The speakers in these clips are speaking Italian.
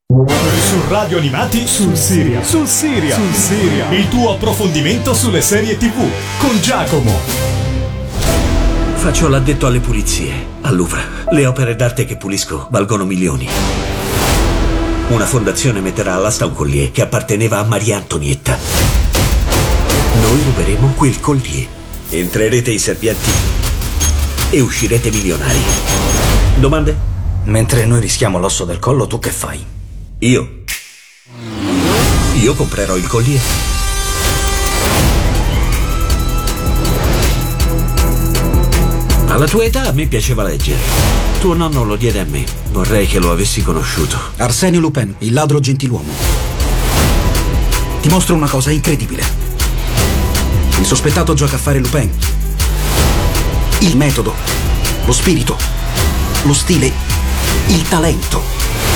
Su Radio Animati sul Siria. Il tuo approfondimento sulle serie TV con Giacomo. Faccio l'addetto alle pulizie al Louvre. Le opere d'arte che pulisco valgono milioni. Una fondazione metterà all'asta un collier che apparteneva a Maria Antonietta. Noi ruberemo quel collier. Entrerete in serpienti e uscirete milionari. Domande? Mentre noi rischiamo l'osso del collo, tu che fai? Io comprerò il collier. Alla tua età a me piaceva leggere. Tuo nonno lo diede a me. Vorrei che lo avessi conosciuto. Arsenio Lupin, il ladro gentiluomo. Ti mostro una cosa incredibile. Il sospettato gioca a fare Lupin. Il metodo, lo spirito, lo stile, il talento.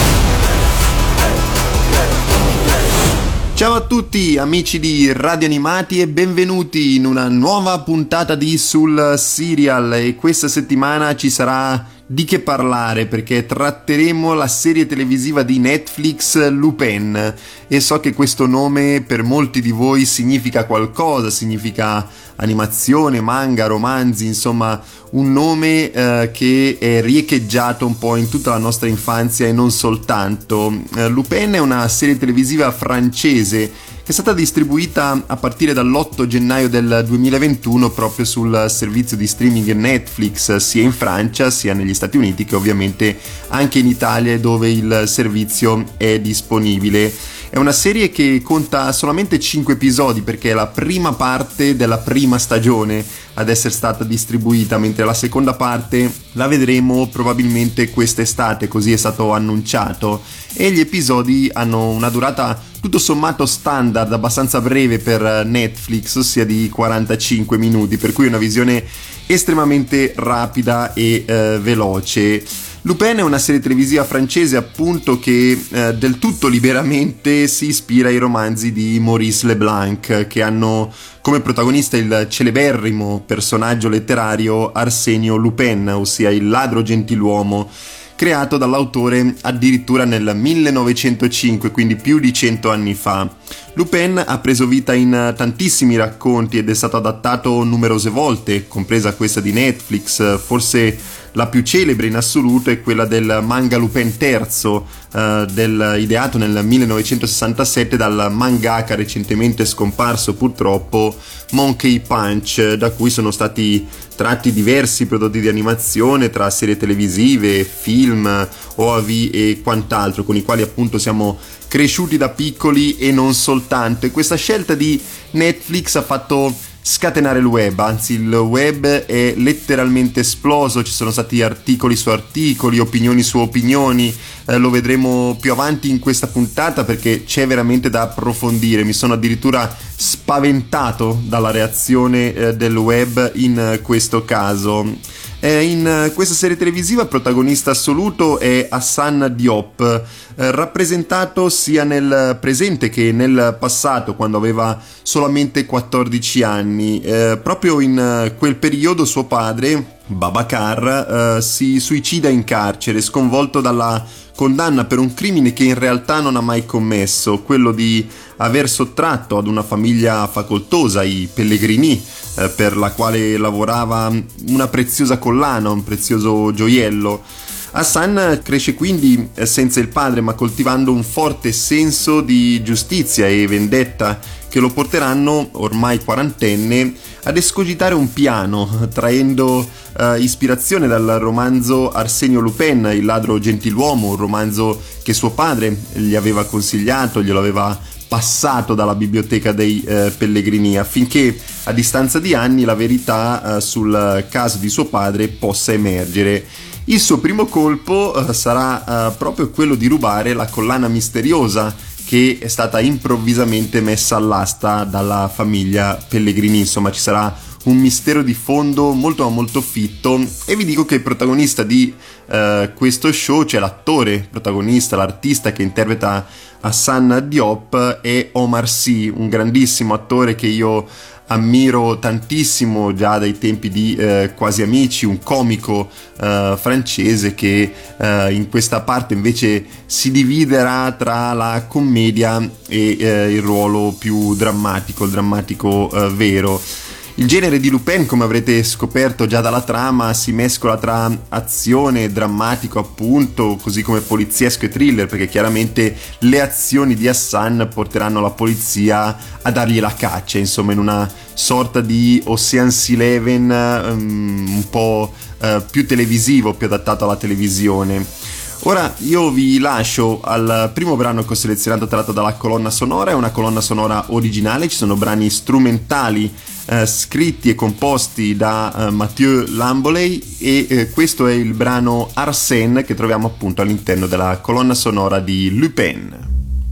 Ciao a tutti amici di Radio Animati e benvenuti in una nuova puntata di Sul Serial, e questa settimana ci sarà di che parlare perché tratteremo la serie televisiva di Netflix Lupin, e so che questo nome per molti di voi significa qualcosa, significa animazione, manga, romanzi, insomma un nome che è riecheggiato un po' in tutta la nostra infanzia e non soltanto. Lupin è una serie televisiva francese che è stata distribuita a partire dall'8 gennaio del 2021 proprio sul servizio di streaming Netflix, sia in Francia sia negli Stati Uniti, che ovviamente anche in Italia dove il servizio è disponibile. È una serie che conta solamente 5 episodi perché è la prima parte della prima stagione ad essere stata distribuita, mentre la seconda parte la vedremo probabilmente quest'estate, così è stato annunciato, e gli episodi hanno una durata tutto sommato standard, abbastanza breve per Netflix, ossia di 45 minuti, per cui è una visione estremamente rapida e veloce. Lupin è una serie televisiva francese appunto che del tutto liberamente si ispira ai romanzi di Maurice Leblanc, che hanno come protagonista il celeberrimo personaggio letterario Arsenio Lupin, ossia il ladro gentiluomo, creato dall'autore addirittura nel 1905, quindi più di 100 anni fa. Lupin ha preso vita in tantissimi racconti ed è stato adattato numerose volte, compresa questa di Netflix. Forse la più celebre in assoluto è quella del manga Lupin III, ideato nel 1967 dal mangaka recentemente scomparso purtroppo Monkey Punch, da cui sono stati tratti diversi prodotti di animazione tra serie televisive, film, OAV e quant'altro, con i quali appunto siamo cresciuti da piccoli e non soltanto. E questa scelta di Netflix ha fatto scatenare il web, anzi il web è letteralmente esploso, ci sono stati articoli su articoli, opinioni su opinioni, lo vedremo più avanti in questa puntata perché c'è veramente da approfondire. Mi sono addirittura spaventato dalla reazione del web in questo caso. In questa serie televisiva il protagonista assoluto è Hassan Diop, rappresentato sia nel presente che nel passato, quando aveva solamente 14 anni. Proprio in quel periodo suo padre, Babacar, si suicida in carcere, sconvolto dalla condanna per un crimine che in realtà non ha mai commesso, quello di aver sottratto ad una famiglia facoltosa, i Pellegrini, per la quale lavorava, una preziosa collana, un prezioso gioiello. Hassan cresce quindi senza il padre, ma coltivando un forte senso di giustizia e vendetta che lo porteranno, ormai quarantenne, ad escogitare un piano, traendo ispirazione dal romanzo Arsenio Lupin, il ladro gentiluomo, un romanzo che suo padre gli aveva consigliato, glielo aveva passato dalla biblioteca dei Pellegrini, affinché a distanza di anni la verità sul caso di suo padre possa emergere. Il suo primo colpo sarà proprio quello di rubare la collana misteriosa che è stata improvvisamente messa all'asta dalla famiglia Pellegrini. Insomma, ci sarà un mistero di fondo molto molto fitto, e vi dico che il protagonista di questo show, cioè l'attore protagonista, l'artista che interpreta Hassan Diop, è Omar Sy, un grandissimo attore che io ammiro tantissimo già dai tempi di Quasi Amici, un comico francese che in questa parte invece si dividerà tra la commedia e il ruolo più drammatico, il drammatico vero. Il genere di Lupin, come avrete scoperto già dalla trama, si mescola tra azione, drammatico appunto, così come poliziesco e thriller, perché chiaramente le azioni di Hassan porteranno la polizia a dargli la caccia, insomma in una sorta di Ocean's Eleven un po' più televisivo, più adattato alla televisione. Ora io vi lascio al primo brano che ho selezionato tratto dalla colonna sonora, è una colonna sonora originale, ci sono brani strumentali scritti e composti da Mathieu Lamboley e questo è il brano Arsène che troviamo appunto all'interno della colonna sonora di Lupin.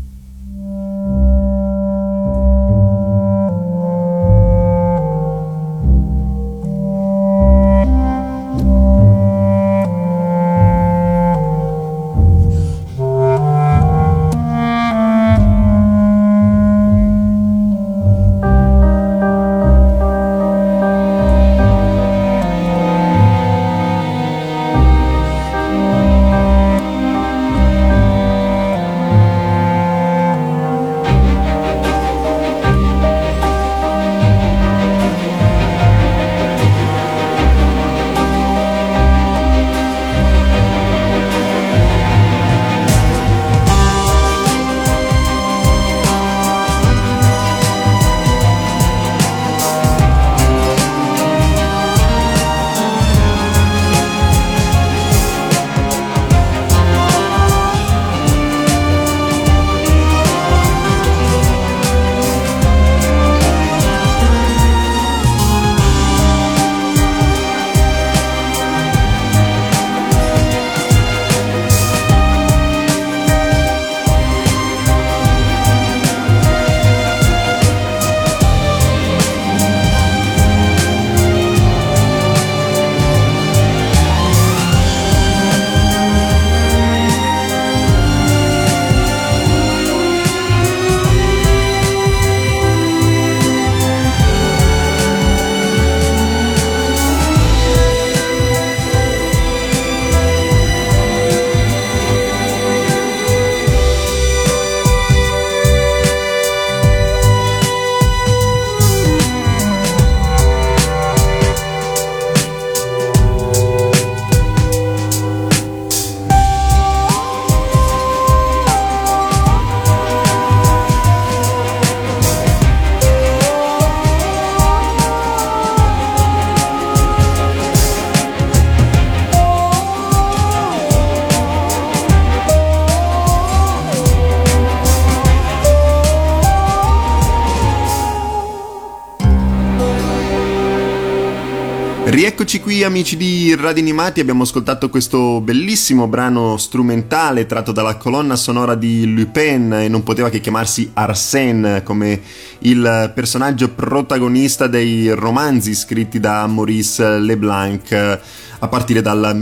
Rieccoci qui amici di Radio Animati, abbiamo ascoltato questo bellissimo brano strumentale tratto dalla colonna sonora di Lupin e non poteva che chiamarsi Arsène come il personaggio protagonista dei romanzi scritti da Maurice Leblanc. A partire dal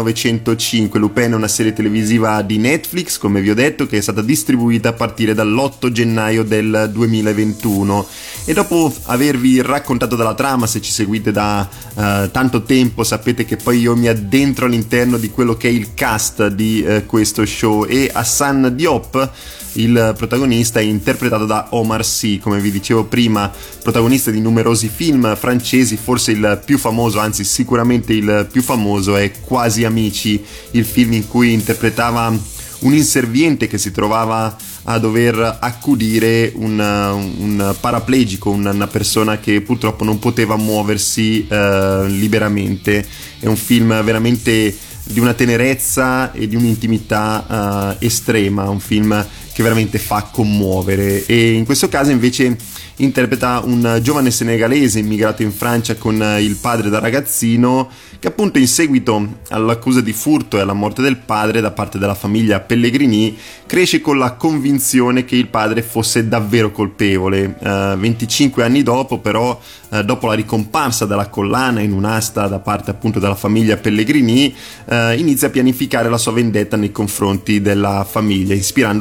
1905 Lupin è una serie televisiva di Netflix, come vi ho detto, che è stata distribuita a partire dall'8 gennaio del 2021 e dopo avervi raccontato della trama, se ci seguite da tanto tempo sapete che poi io mi addentro all'interno di quello che è il cast di questo show e Hassan Diop, il protagonista, è interpretato da Omar Sy, come vi dicevo prima, protagonista di numerosi film francesi, forse il più famoso, anzi sicuramente il più famoso è Quasi Amici, il film in cui interpretava un inserviente che si trovava a dover accudire un paraplegico, una persona che purtroppo non poteva muoversi liberamente. È un film veramente di una tenerezza e di un'intimità estrema, un film che veramente fa commuovere e in questo caso invece interpreta un giovane senegalese immigrato in Francia con il padre da ragazzino che appunto in seguito all'accusa di furto e alla morte del padre da parte della famiglia Pellegrini cresce con la convinzione che il padre fosse davvero colpevole. 25 anni dopo però, dopo la ricomparsa della collana in un'asta da parte appunto della famiglia Pellegrini, inizia a pianificare la sua vendetta nei confronti della famiglia, ispirandosi proprio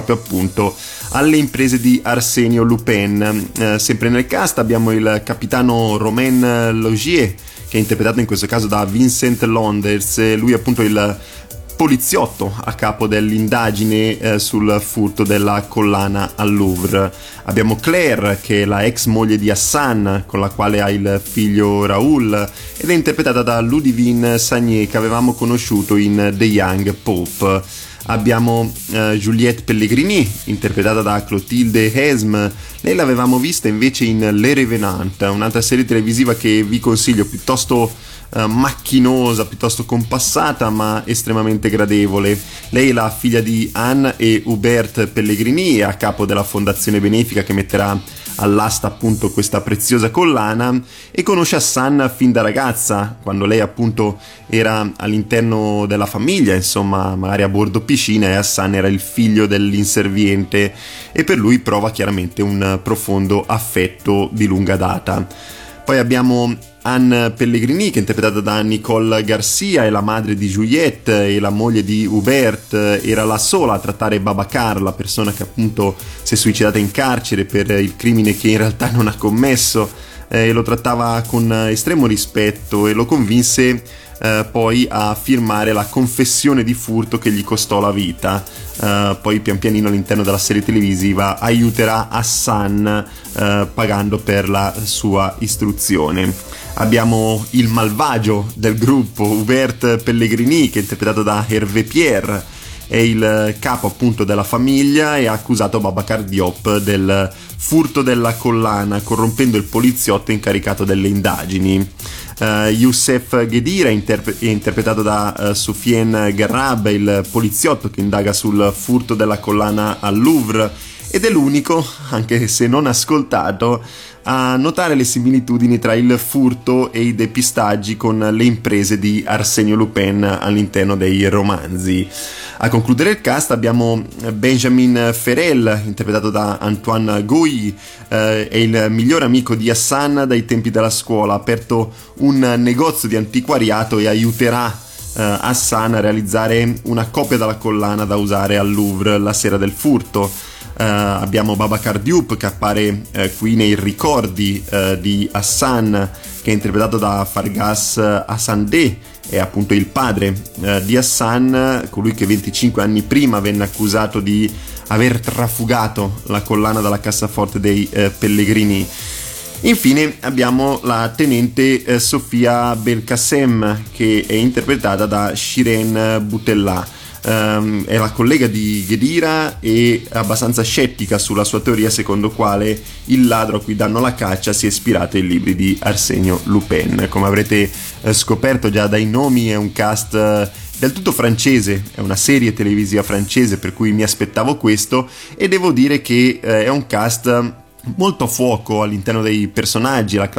proprio appunto alle imprese di Arsenio Lupin. Sempre nel cast abbiamo il capitano Romain Logier, che è interpretato in questo caso da Vincent Londers. Lui è appunto il poliziotto a capo dell'indagine sul furto della collana al Louvre. Abbiamo Claire, che è la ex moglie di Hassan, con la quale ha il figlio Raoul, ed è interpretata da Ludivine Sagné, che avevamo conosciuto in The Young Pope. Abbiamo Juliette Pellegrini, interpretata da Clotilde Hesme. Lei l'avevamo vista invece in Le Revenant, un'altra serie televisiva che vi consiglio, piuttosto macchinosa, piuttosto compassata, ma estremamente gradevole. Lei è la figlia di Anne e Hubert Pellegrini, è a capo della fondazione benefica che metterà all'asta appunto questa preziosa collana, e conosce Hassan fin da ragazza, quando lei appunto era all'interno della famiglia, insomma magari a bordo piscina, e Hassan era il figlio dell'inserviente e per lui prova chiaramente un profondo affetto di lunga data. Poi abbiamo Anne Pellegrini, che è interpretata da Nicole Garcia, è la madre di Juliette e la moglie di Hubert. Era la sola a trattare Babacar, la persona che appunto si è suicidata in carcere per il crimine che in realtà non ha commesso, e lo trattava con estremo rispetto e lo convinse poi a firmare la confessione di furto che gli costò la vita. Poi pian pianino all'interno della serie televisiva aiuterà Hassan pagando per la sua istruzione. Abbiamo il malvagio del gruppo, Hubert Pellegrini, che è interpretato da Hervé Pierre, è il capo appunto della famiglia e ha accusato Babacar Diop del furto della collana, corrompendo il poliziotto incaricato delle indagini. Youssef Ghedira è interpretato da Soufiane Garrab, il poliziotto che indaga sul furto della collana al Louvre, ed è l'unico, anche se non ascoltato, a notare le similitudini tra il furto e i depistaggi con le imprese di Arsenio Lupin all'interno dei romanzi. A concludere il cast abbiamo Benjamin Ferrell, interpretato da Antoine Gouy, è il miglior amico di Hassan dai tempi della scuola, ha aperto un negozio di antiquariato e aiuterà Hassan a realizzare una copia della collana da usare al Louvre la sera del furto. Abbiamo Babacar Diop, che appare qui nei ricordi di Hassan, che è interpretato da Fargas Hassandeh, è appunto il padre di Hassan, colui che 25 anni prima venne accusato di aver trafugato la collana dalla cassaforte dei Pellegrini. Infine abbiamo la tenente Sofia Belkacem, che è interpretata da Shiren Boutellah. È la collega di Ghedira e abbastanza scettica sulla sua teoria secondo quale il ladro a cui danno la caccia si è ispirato ai libri di Arsenio Lupin. Come avrete scoperto già dai nomi, è un cast del tutto francese, è una serie televisiva francese, per cui mi aspettavo questo, e devo dire che è un cast molto a fuoco all'interno dei personaggi, il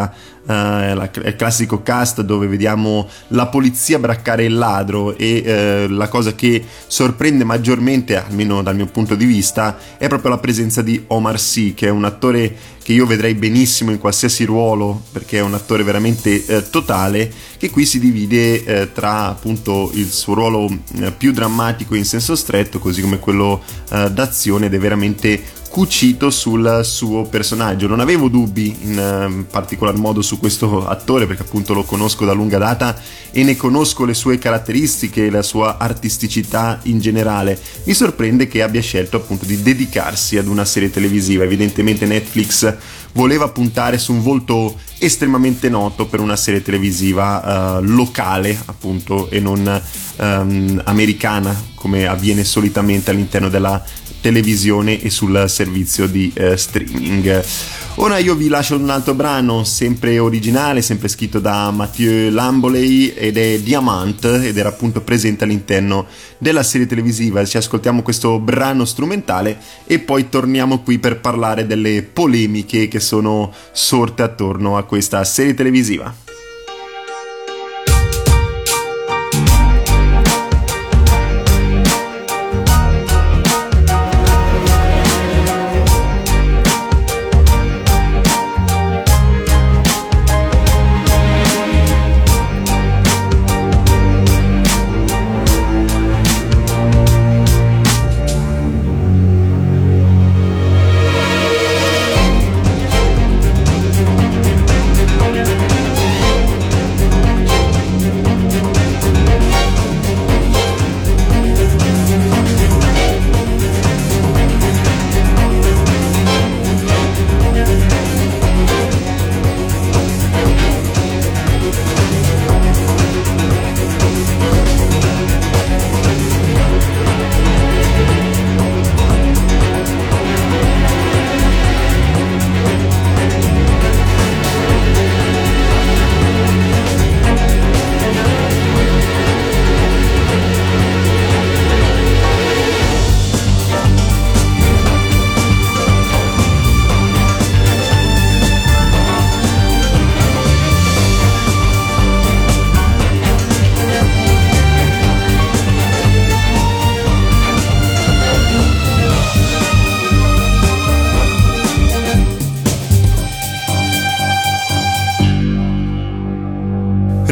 classico cast dove vediamo la polizia braccare il ladro, e la cosa che sorprende maggiormente, almeno dal mio punto di vista, è proprio la presenza di Omar Sy, che è un attore che io vedrei benissimo in qualsiasi ruolo, perché è un attore veramente totale, che qui si divide tra appunto il suo ruolo più drammatico in senso stretto, così come quello d'azione, ed è veramente cucito sul suo personaggio. Non avevo dubbi in particolar modo su questo attore, perché appunto lo conosco da lunga data e ne conosco le sue caratteristiche e la sua artisticità in generale. Mi sorprende che abbia scelto appunto di dedicarsi ad una serie televisiva. Evidentemente Netflix voleva puntare su un volto estremamente noto per una serie televisiva locale appunto, e non americana, come avviene solitamente all'interno della televisione e sul servizio di streaming. Ora io vi lascio un altro brano sempre originale, sempre scritto da Mathieu Lamboley, ed è Diamant, ed era appunto presente all'interno della serie televisiva. Ci ascoltiamo questo brano strumentale e poi torniamo qui per parlare delle polemiche che sono sorte attorno a questa serie televisiva.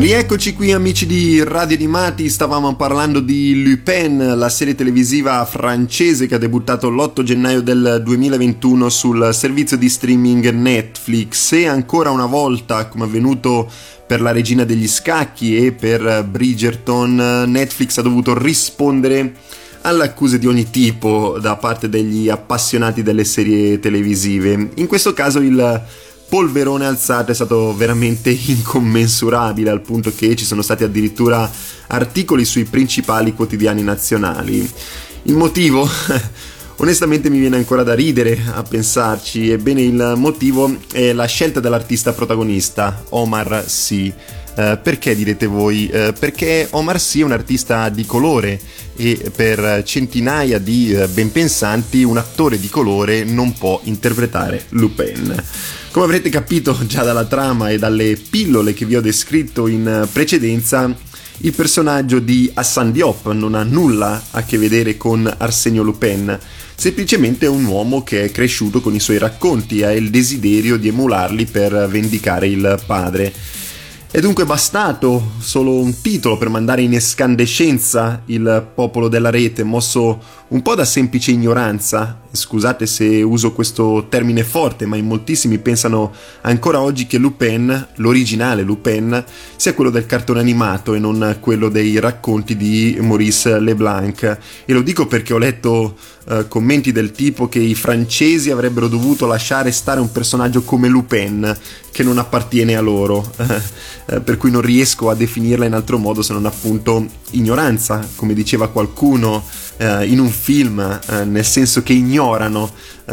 Rieccoci qui amici di Radio Animati, stavamo parlando di Lupin, la serie televisiva francese che ha debuttato l'8 gennaio del 2021 sul servizio di streaming Netflix e ancora una volta, come è avvenuto per La Regina degli Scacchi e per Bridgerton, Netflix ha dovuto rispondere alle accuse di ogni tipo da parte degli appassionati delle serie televisive. In questo caso il polverone alzato è stato veramente incommensurabile, al punto che ci sono stati addirittura articoli sui principali quotidiani nazionali. Il motivo? Onestamente mi viene ancora da ridere a pensarci. Ebbene, il motivo è la scelta dell'artista protagonista, Omar Sy. Perché direte voi? Perché Omar Sy è un artista di colore e per centinaia di benpensanti un attore di colore non può interpretare Lupin. Come avrete capito già dalla trama e dalle pillole che vi ho descritto in precedenza, il personaggio di Hassan Diop non ha nulla a che vedere con Arsenio Lupin, semplicemente è un uomo che è cresciuto con i suoi racconti e ha il desiderio di emularli per vendicare il padre. È dunque bastato solo un titolo per mandare in escandescenza il popolo della rete, mosso un po' da semplice ignoranza. Scusate se uso questo termine forte, ma in moltissimi pensano ancora oggi che Lupin, l'originale Lupin, sia quello del cartone animato e non quello dei racconti di Maurice Leblanc. E lo dico perché ho letto commenti del tipo che i francesi avrebbero dovuto lasciare stare un personaggio come Lupin, che non appartiene a loro, per cui non riesco a definirla in altro modo se non appunto ignoranza, come diceva qualcuno in un film, nel senso che ignorano,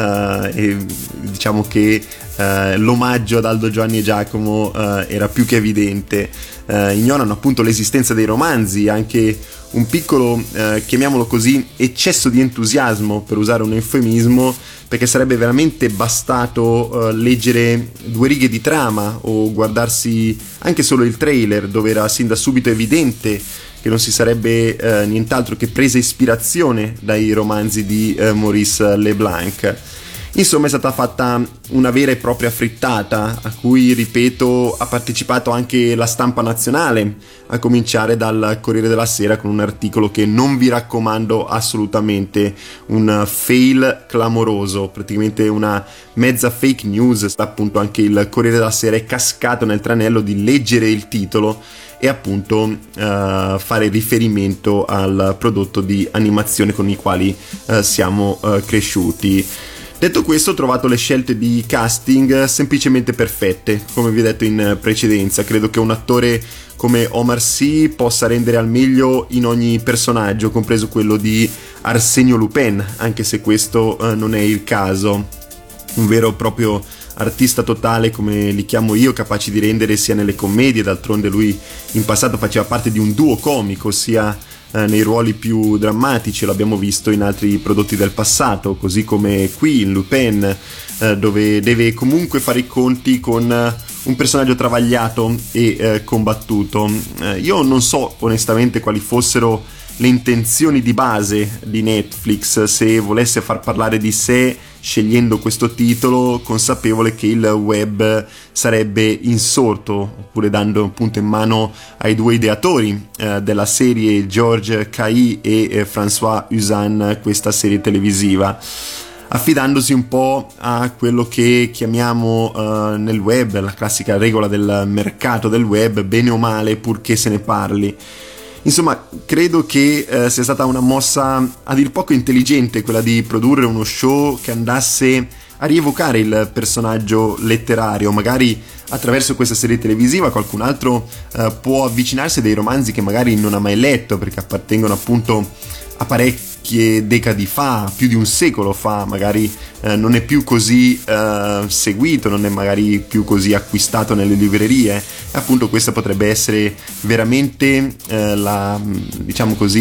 e diciamo che l'omaggio ad Aldo, Giovanni e Giacomo era più che evidente. Ignorano appunto l'esistenza dei romanzi, anche un piccolo, chiamiamolo così, eccesso di entusiasmo, per usare un eufemismo, perché sarebbe veramente bastato leggere 2 righe di trama o guardarsi anche solo il trailer, dove era sin da subito evidente che non si sarebbe nient'altro che presa ispirazione dai romanzi di Maurice Leblanc. Insomma, è stata fatta una vera e propria frittata, a cui, ripeto, ha partecipato anche la stampa nazionale, a cominciare dal Corriere della Sera con un articolo che non vi raccomando assolutamente, un fail clamoroso, praticamente una mezza fake news. Appunto anche il Corriere della Sera è cascato nel tranello di leggere il titolo e appunto fare riferimento al prodotto di animazione con i quali siamo cresciuti. Detto questo, ho trovato le scelte di casting semplicemente perfette, come vi ho detto in precedenza. Credo che un attore come Omar Sy possa rendere al meglio in ogni personaggio, compreso quello di Arsenio Lupin, anche se questo non è il caso. Un vero e proprio artista totale, come li chiamo io, capaci di rendere sia nelle commedie, d'altronde lui in passato faceva parte di un duo comico, sia nei ruoli più drammatici, l'abbiamo visto in altri prodotti del passato, così come qui in Lupin, dove deve comunque fare i conti con un personaggio travagliato e combattuto. Io non so onestamente quali fossero le intenzioni di base di Netflix, se volesse far parlare di sé scegliendo questo titolo, consapevole che il web sarebbe insorto, oppure dando appunto in mano ai 2 ideatori della serie, Georges Cailly e François Usan, questa serie televisiva, affidandosi un po' a quello che chiamiamo nel web la classica regola del mercato del web, bene o male purché se ne parli. Insomma, credo che sia stata una mossa a dir poco intelligente quella di produrre uno show che andasse a rievocare il personaggio letterario. Magari attraverso questa serie televisiva qualcun altro può avvicinarsi a dei romanzi che magari non ha mai letto, perché appartengono appunto a parecchie decadi fa, più di un secolo fa, magari non è più così seguito, non è magari più così acquistato nelle librerie. E appunto questa potrebbe essere veramente diciamo così,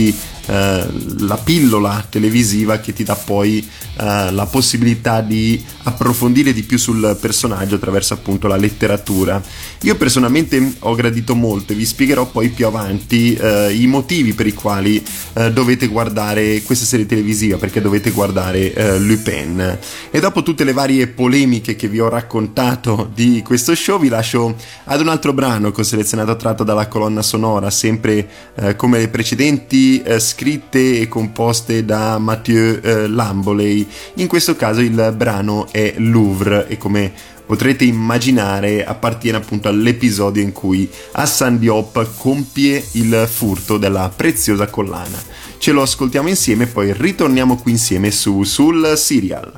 la pillola televisiva che ti dà poi la possibilità di approfondire di più sul personaggio attraverso appunto la letteratura. Io personalmente ho gradito molto e vi spiegherò poi più avanti i motivi per i quali dovete guardare questa serie televisiva, perché dovete guardare Lupin. E dopo tutte le varie polemiche che vi ho raccontato di questo show, vi lascio ad un altro brano che ho selezionato tratto dalla colonna sonora, sempre come le precedenti, scritte e composte da Mathieu Lamboley. In questo caso il brano è Louvre e, come potrete immaginare, appartiene appunto all'episodio in cui Hassan Diop compie il furto della preziosa collana. Ce lo ascoltiamo insieme e poi ritorniamo qui insieme sul Serial.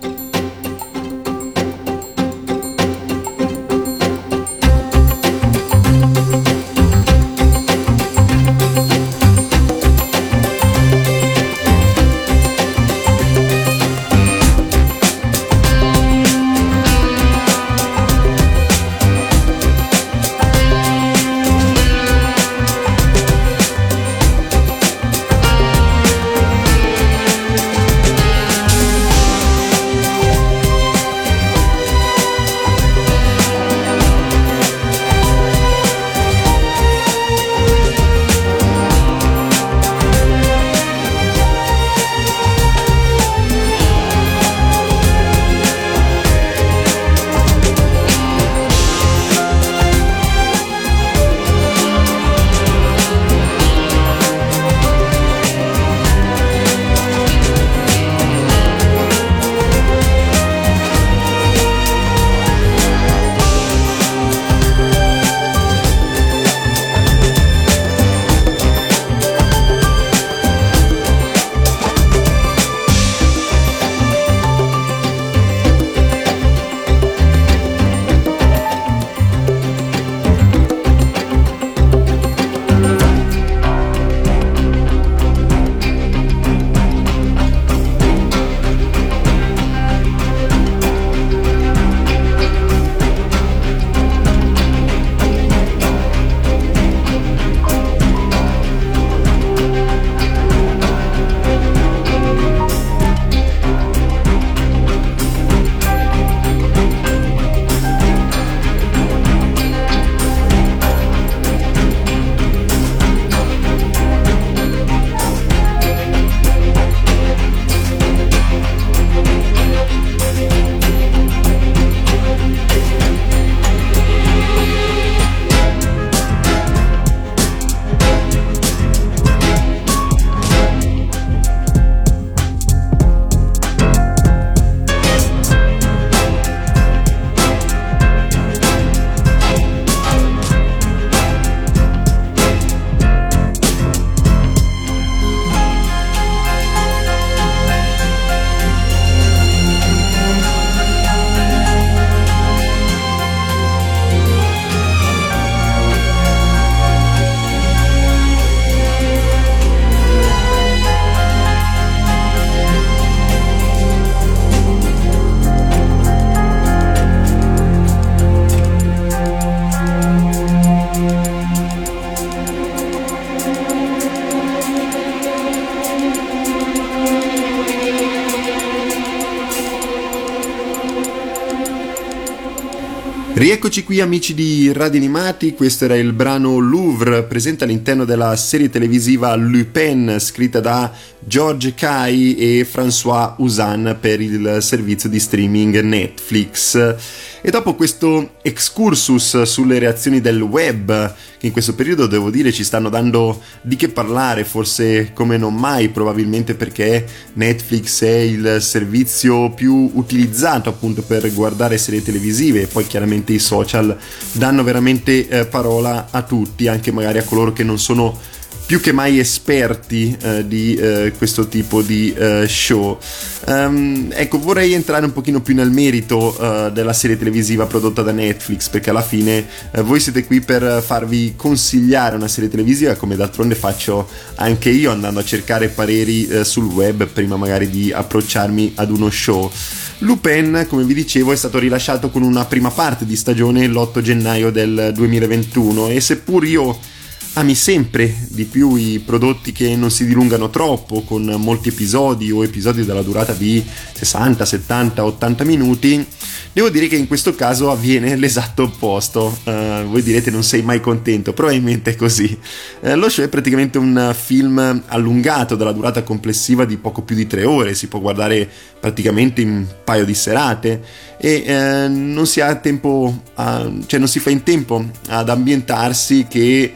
Rieccoci qui amici di Radio Animati, questo era il brano Louvre, presente all'interno della serie televisiva Lupin, scritta da George Kay e François Uzan per il servizio di streaming Netflix. E dopo questo excursus sulle reazioni del web, che in questo periodo devo dire ci stanno dando di che parlare, forse come non mai, probabilmente perché Netflix è il servizio più utilizzato appunto per guardare serie televisive, e poi chiaramente i social danno veramente parola a tutti, anche magari a coloro che non sono più che mai esperti di questo tipo di show. Ecco, vorrei entrare un pochino più nel merito della serie televisiva prodotta da Netflix, perché alla fine voi siete qui per farvi consigliare una serie televisiva, come d'altronde faccio anche io andando a cercare pareri sul web prima magari di approcciarmi ad uno show. Lupin, come vi dicevo, è stato rilasciato con una prima parte di stagione l'8 gennaio del 2021 e seppur io ami sempre di più i prodotti che non si dilungano troppo, con molti episodi o episodi della durata di 60, 70, 80 minuti, devo dire che in questo caso avviene l'esatto opposto. Voi direte non sei mai contento, probabilmente è così. Lo show è praticamente un film allungato dalla durata complessiva di poco più di 3 ore, si può guardare praticamente in un paio di serate e non si ha tempo, cioè non si fa in tempo ad ambientarsi che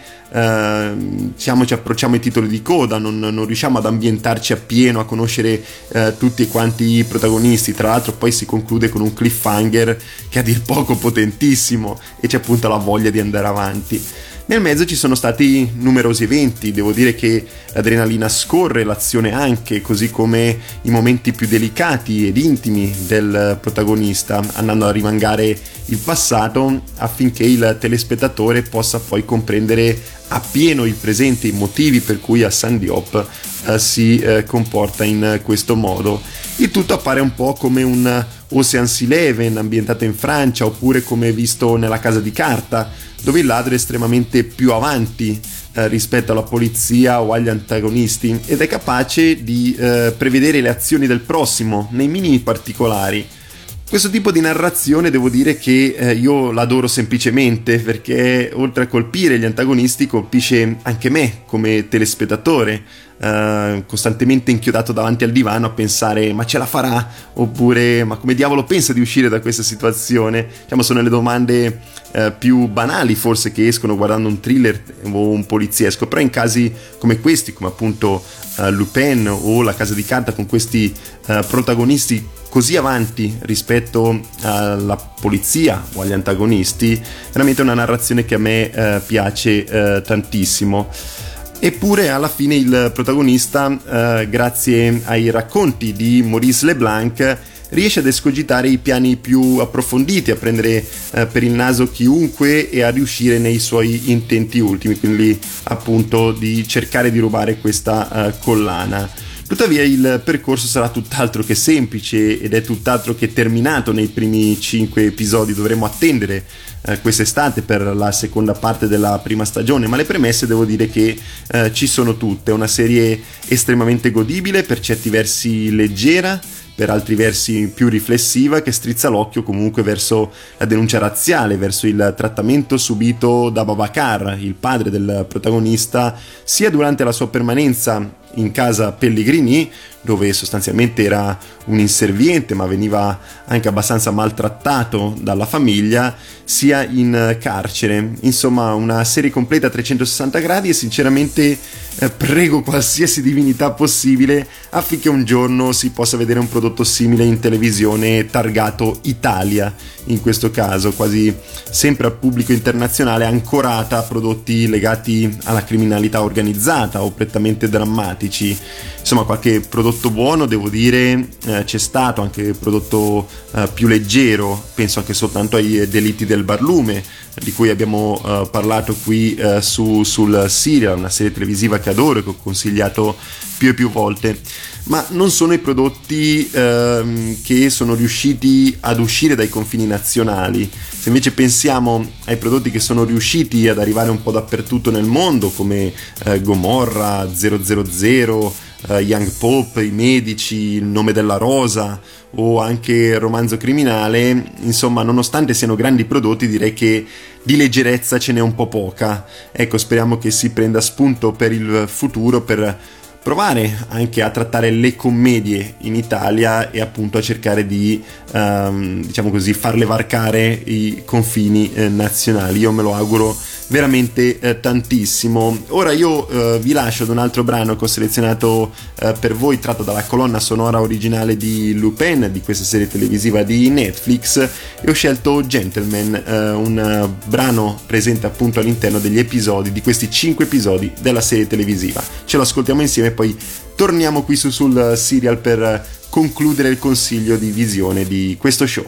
ci approcciamo ai titoli di coda, non riusciamo ad ambientarci appieno, a conoscere tutti quanti i protagonisti. Tra l'altro poi si conclude con un cliffhanger che è a dir poco potentissimo e c'è appunto la voglia di andare avanti. Nel mezzo ci sono stati numerosi eventi, devo dire che l'adrenalina scorre, l'azione anche, così come i momenti più delicati ed intimi del protagonista, andando a rimangare il passato affinché il telespettatore possa poi comprendere appieno il presente, i motivi per cui Hassan Diop si comporta in questo modo. Il tutto appare un po' come un Ocean's Eleven ambientato in Francia, oppure come visto nella Casa di Carta, dove il ladro è estremamente più avanti rispetto alla polizia o agli antagonisti ed è capace di prevedere le azioni del prossimo nei minimi particolari. Questo tipo di narrazione devo dire che io l'adoro semplicemente, perché oltre a colpire gli antagonisti colpisce anche me come telespettatore, costantemente inchiodato davanti al divano a pensare ma ce la farà, oppure ma come diavolo pensa di uscire da questa situazione. Diciamo, sono le domande più banali forse che escono guardando un thriller o un poliziesco, però in casi come questi, come appunto Lupin o La Casa di Carta, con questi protagonisti così avanti rispetto alla polizia o agli antagonisti, veramente una narrazione che a me piace tantissimo. Eppure alla fine il protagonista, grazie ai racconti di Maurice Leblanc, riesce ad escogitare i piani più approfonditi, a prendere per il naso chiunque e a riuscire nei suoi intenti ultimi, quindi appunto di cercare di rubare questa collana. Tuttavia il percorso sarà tutt'altro che semplice ed è tutt'altro che terminato nei primi 5 episodi. Dovremo attendere quest'estate per la seconda parte della prima stagione, ma le premesse devo dire che ci sono tutte. È una serie estremamente godibile, per certi versi leggera, per altri versi più riflessiva, che strizza l'occhio comunque verso la denuncia razziale, verso il trattamento subito da Babacar, il padre del protagonista, sia durante la sua permanenza in casa Pellegrini, dove sostanzialmente era un inserviente ma veniva anche abbastanza maltrattato dalla famiglia, sia in carcere. Insomma, una serie completa a 360 gradi e sinceramente prego qualsiasi divinità possibile affinché un giorno si possa vedere un prodotto simile in televisione targato Italia, in questo caso quasi sempre al pubblico internazionale, ancorata a prodotti legati alla criminalità organizzata o prettamente drammatici. Insomma, qualche prodotto buono devo dire c'è stato, anche prodotto più leggero, penso anche soltanto ai Delitti del Barlume, di cui abbiamo parlato qui sul Serial, una serie televisiva che adoro e che ho consigliato più e più volte. Ma non sono i prodotti che sono riusciti ad uscire dai confini nazionali. Se invece pensiamo ai prodotti che sono riusciti ad arrivare un po' dappertutto nel mondo, come Gomorra, 000, Young Pope, I Medici, Il nome della rosa o anche Romanzo criminale, insomma, nonostante siano grandi prodotti, direi che di leggerezza ce n'è un po' poca. Ecco, speriamo che si prenda spunto per il futuro, per provare anche a trattare le commedie in Italia e appunto a cercare di diciamo così farle varcare i confini nazionali. Io me lo auguro veramente tantissimo. Ora io vi lascio ad un altro brano che ho selezionato per voi, tratto dalla colonna sonora originale di Lupin, di questa serie televisiva di Netflix, e ho scelto Gentleman, un brano presente appunto all'interno degli episodi, di questi 5 episodi della serie televisiva. Ce lo ascoltiamo insieme e poi torniamo qui sul Serial per concludere il consiglio di visione di questo show.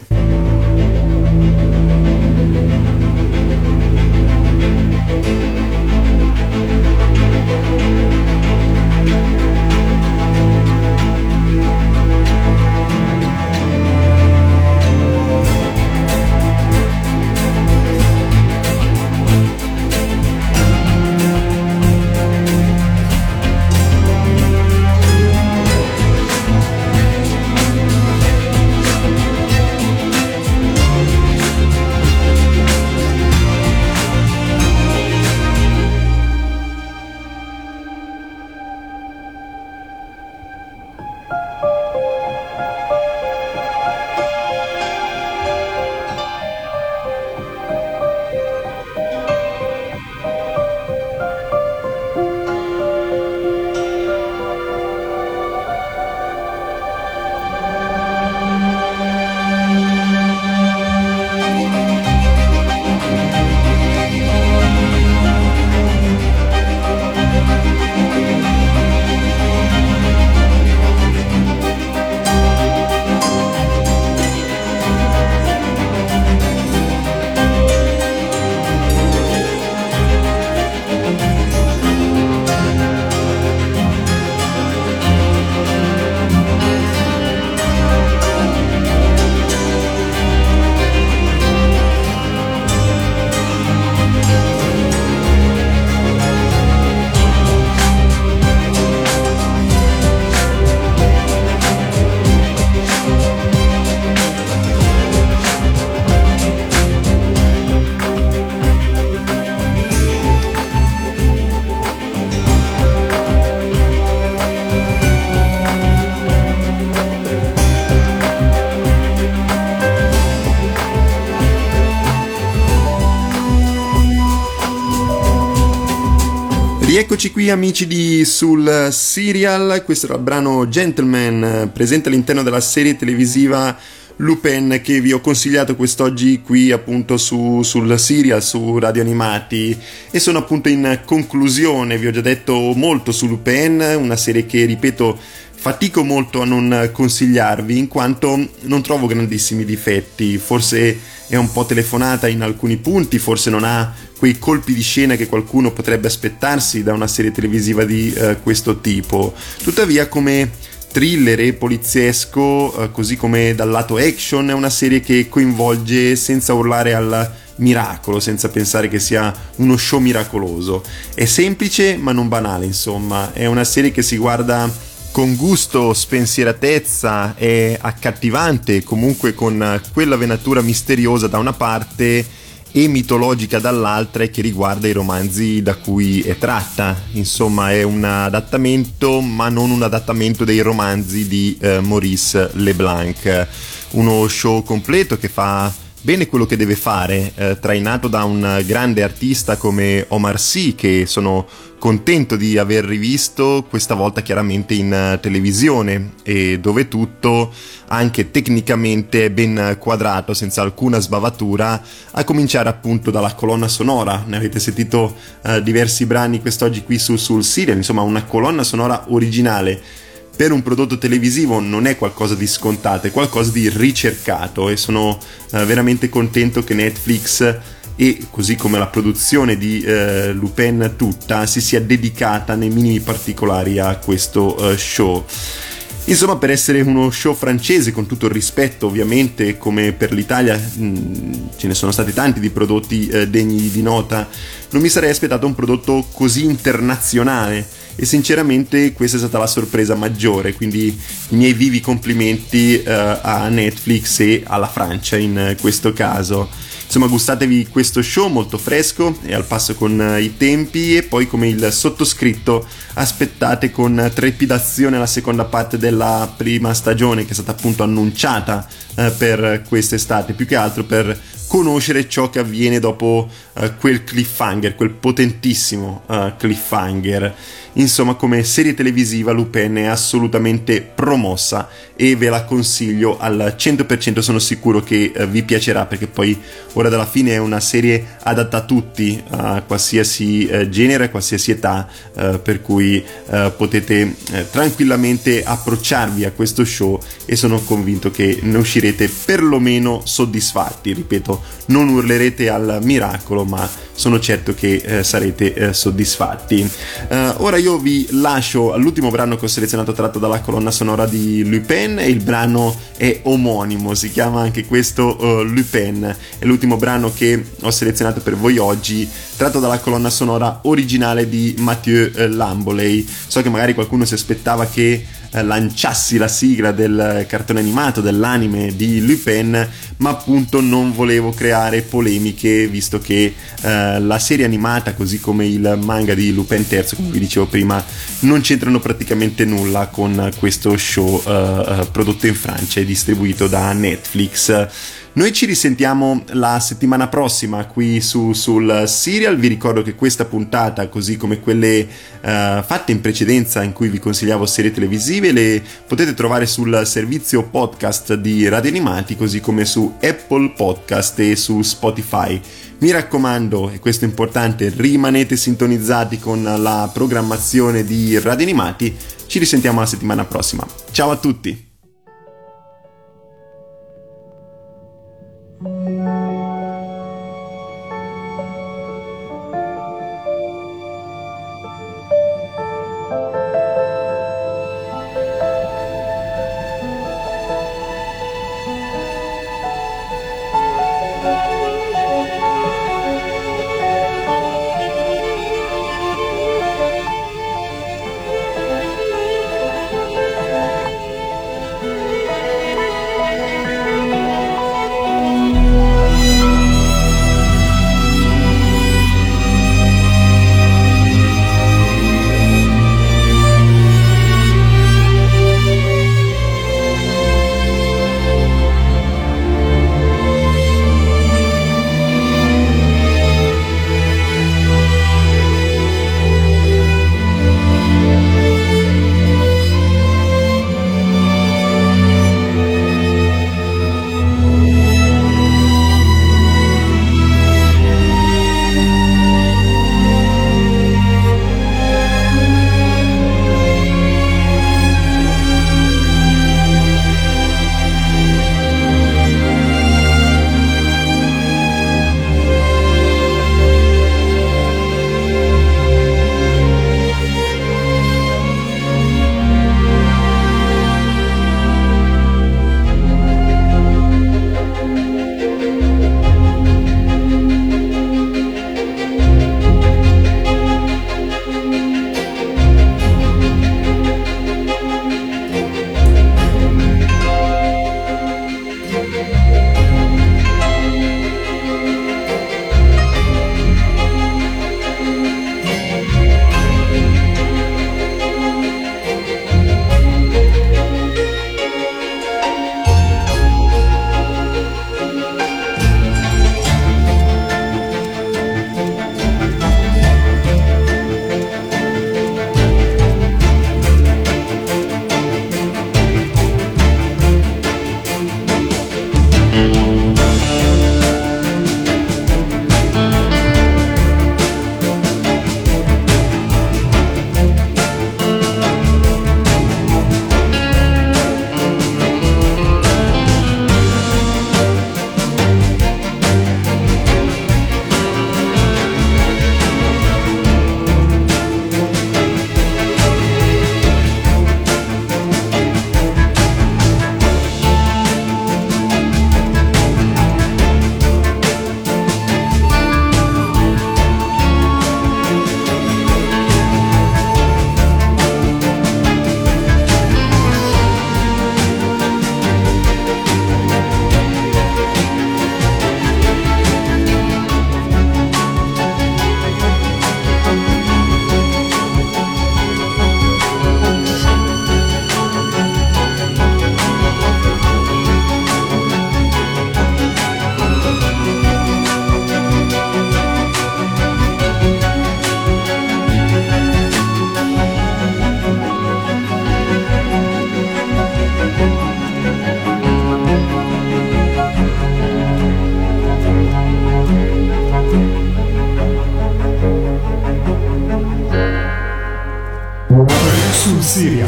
Rieccoci qui amici di Sul Serial, questo era il brano Gentleman, presente all'interno della serie televisiva Lupin che vi ho consigliato quest'oggi qui appunto sul Serial, su Radio Animati, e sono appunto in conclusione. Vi ho già detto molto su Lupin, una serie che, ripeto, fatico molto a non consigliarvi in quanto non trovo grandissimi difetti. Forse è un po' telefonata in alcuni punti, forse non ha quei colpi di scena che qualcuno potrebbe aspettarsi da una serie televisiva di questo tipo. Tuttavia, come thriller e poliziesco, così come dal lato action, è una serie che coinvolge senza urlare al miracolo, senza pensare che sia uno show miracoloso. È semplice ma non banale, insomma. È una serie che si guarda con gusto, spensieratezza, è accattivante, comunque con quella venatura misteriosa da una parte e mitologica dall'altra, e che riguarda i romanzi da cui è tratta. Insomma, è un adattamento, ma non un adattamento dei romanzi di Maurice Leblanc. Uno show completo che fa bene quello che deve fare, trainato da un grande artista come Omar Sy, che sono contento di aver rivisto questa volta chiaramente in televisione, e dove tutto anche tecnicamente è ben quadrato, senza alcuna sbavatura, a cominciare appunto dalla colonna sonora. Ne avete sentito diversi brani quest'oggi qui sul Serial. Insomma, una colonna sonora originale per un prodotto televisivo non è qualcosa di scontato, è qualcosa di ricercato, e sono veramente contento che Netflix, e così come la produzione di Lupin tutta, si sia dedicata nei minimi particolari a questo show. Insomma, per essere uno show francese, con tutto il rispetto ovviamente, come per l'Italia ce ne sono stati tanti di prodotti degni di nota, non mi sarei aspettato un prodotto così internazionale, e sinceramente questa è stata la sorpresa maggiore. Quindi i miei vivi complimenti a Netflix e alla Francia in questo caso. Insomma, gustatevi questo show molto fresco e al passo con i tempi, e poi, come il sottoscritto, aspettate con trepidazione la seconda parte della prima stagione, che è stata appunto annunciata per quest'estate, più che altro per conoscere ciò che avviene dopo quel cliffhanger, quel potentissimo cliffhanger. Insomma, come serie televisiva Lupin è assolutamente promossa e ve la consiglio al 100%. Sono sicuro che vi piacerà, perché poi ora dalla fine è una serie adatta a tutti, a qualsiasi genere, a qualsiasi età, per cui potete tranquillamente approcciarvi a questo show, e sono convinto che ne uscirete perlomeno soddisfatti. Ripeto, non urlerete al miracolo, ma sono certo che sarete soddisfatti. Ora io vi lascio all'ultimo brano che ho selezionato, tratto dalla colonna sonora di Lupin, e il brano è omonimo, si chiama anche questo Lupin. È l'ultimo brano che ho selezionato per voi oggi, tratto dalla colonna sonora originale di Mathieu Lamboley. So che magari qualcuno si aspettava che lanciassi la sigla del cartone animato, dell'anime di Lupin, ma appunto non volevo creare polemiche, visto che la serie animata, così come il manga di Lupin III, come vi dicevo prima, non c'entrano praticamente nulla con questo show prodotto in Francia e distribuito da Netflix. Noi ci risentiamo la settimana prossima qui sul Serial. Vi ricordo che questa puntata, così come quelle fatte in precedenza in cui vi consigliavo serie televisive, le potete trovare sul servizio podcast di Radio Animati, così come su Apple Podcast e su Spotify. Mi raccomando, e questo è importante, rimanete sintonizzati con la programmazione di Radio Animati. Ci risentiamo la settimana prossima. Ciao a tutti!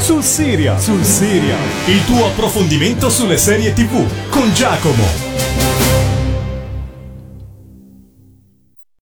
sul Serial. Il tuo approfondimento sulle serie TV con Giacomo.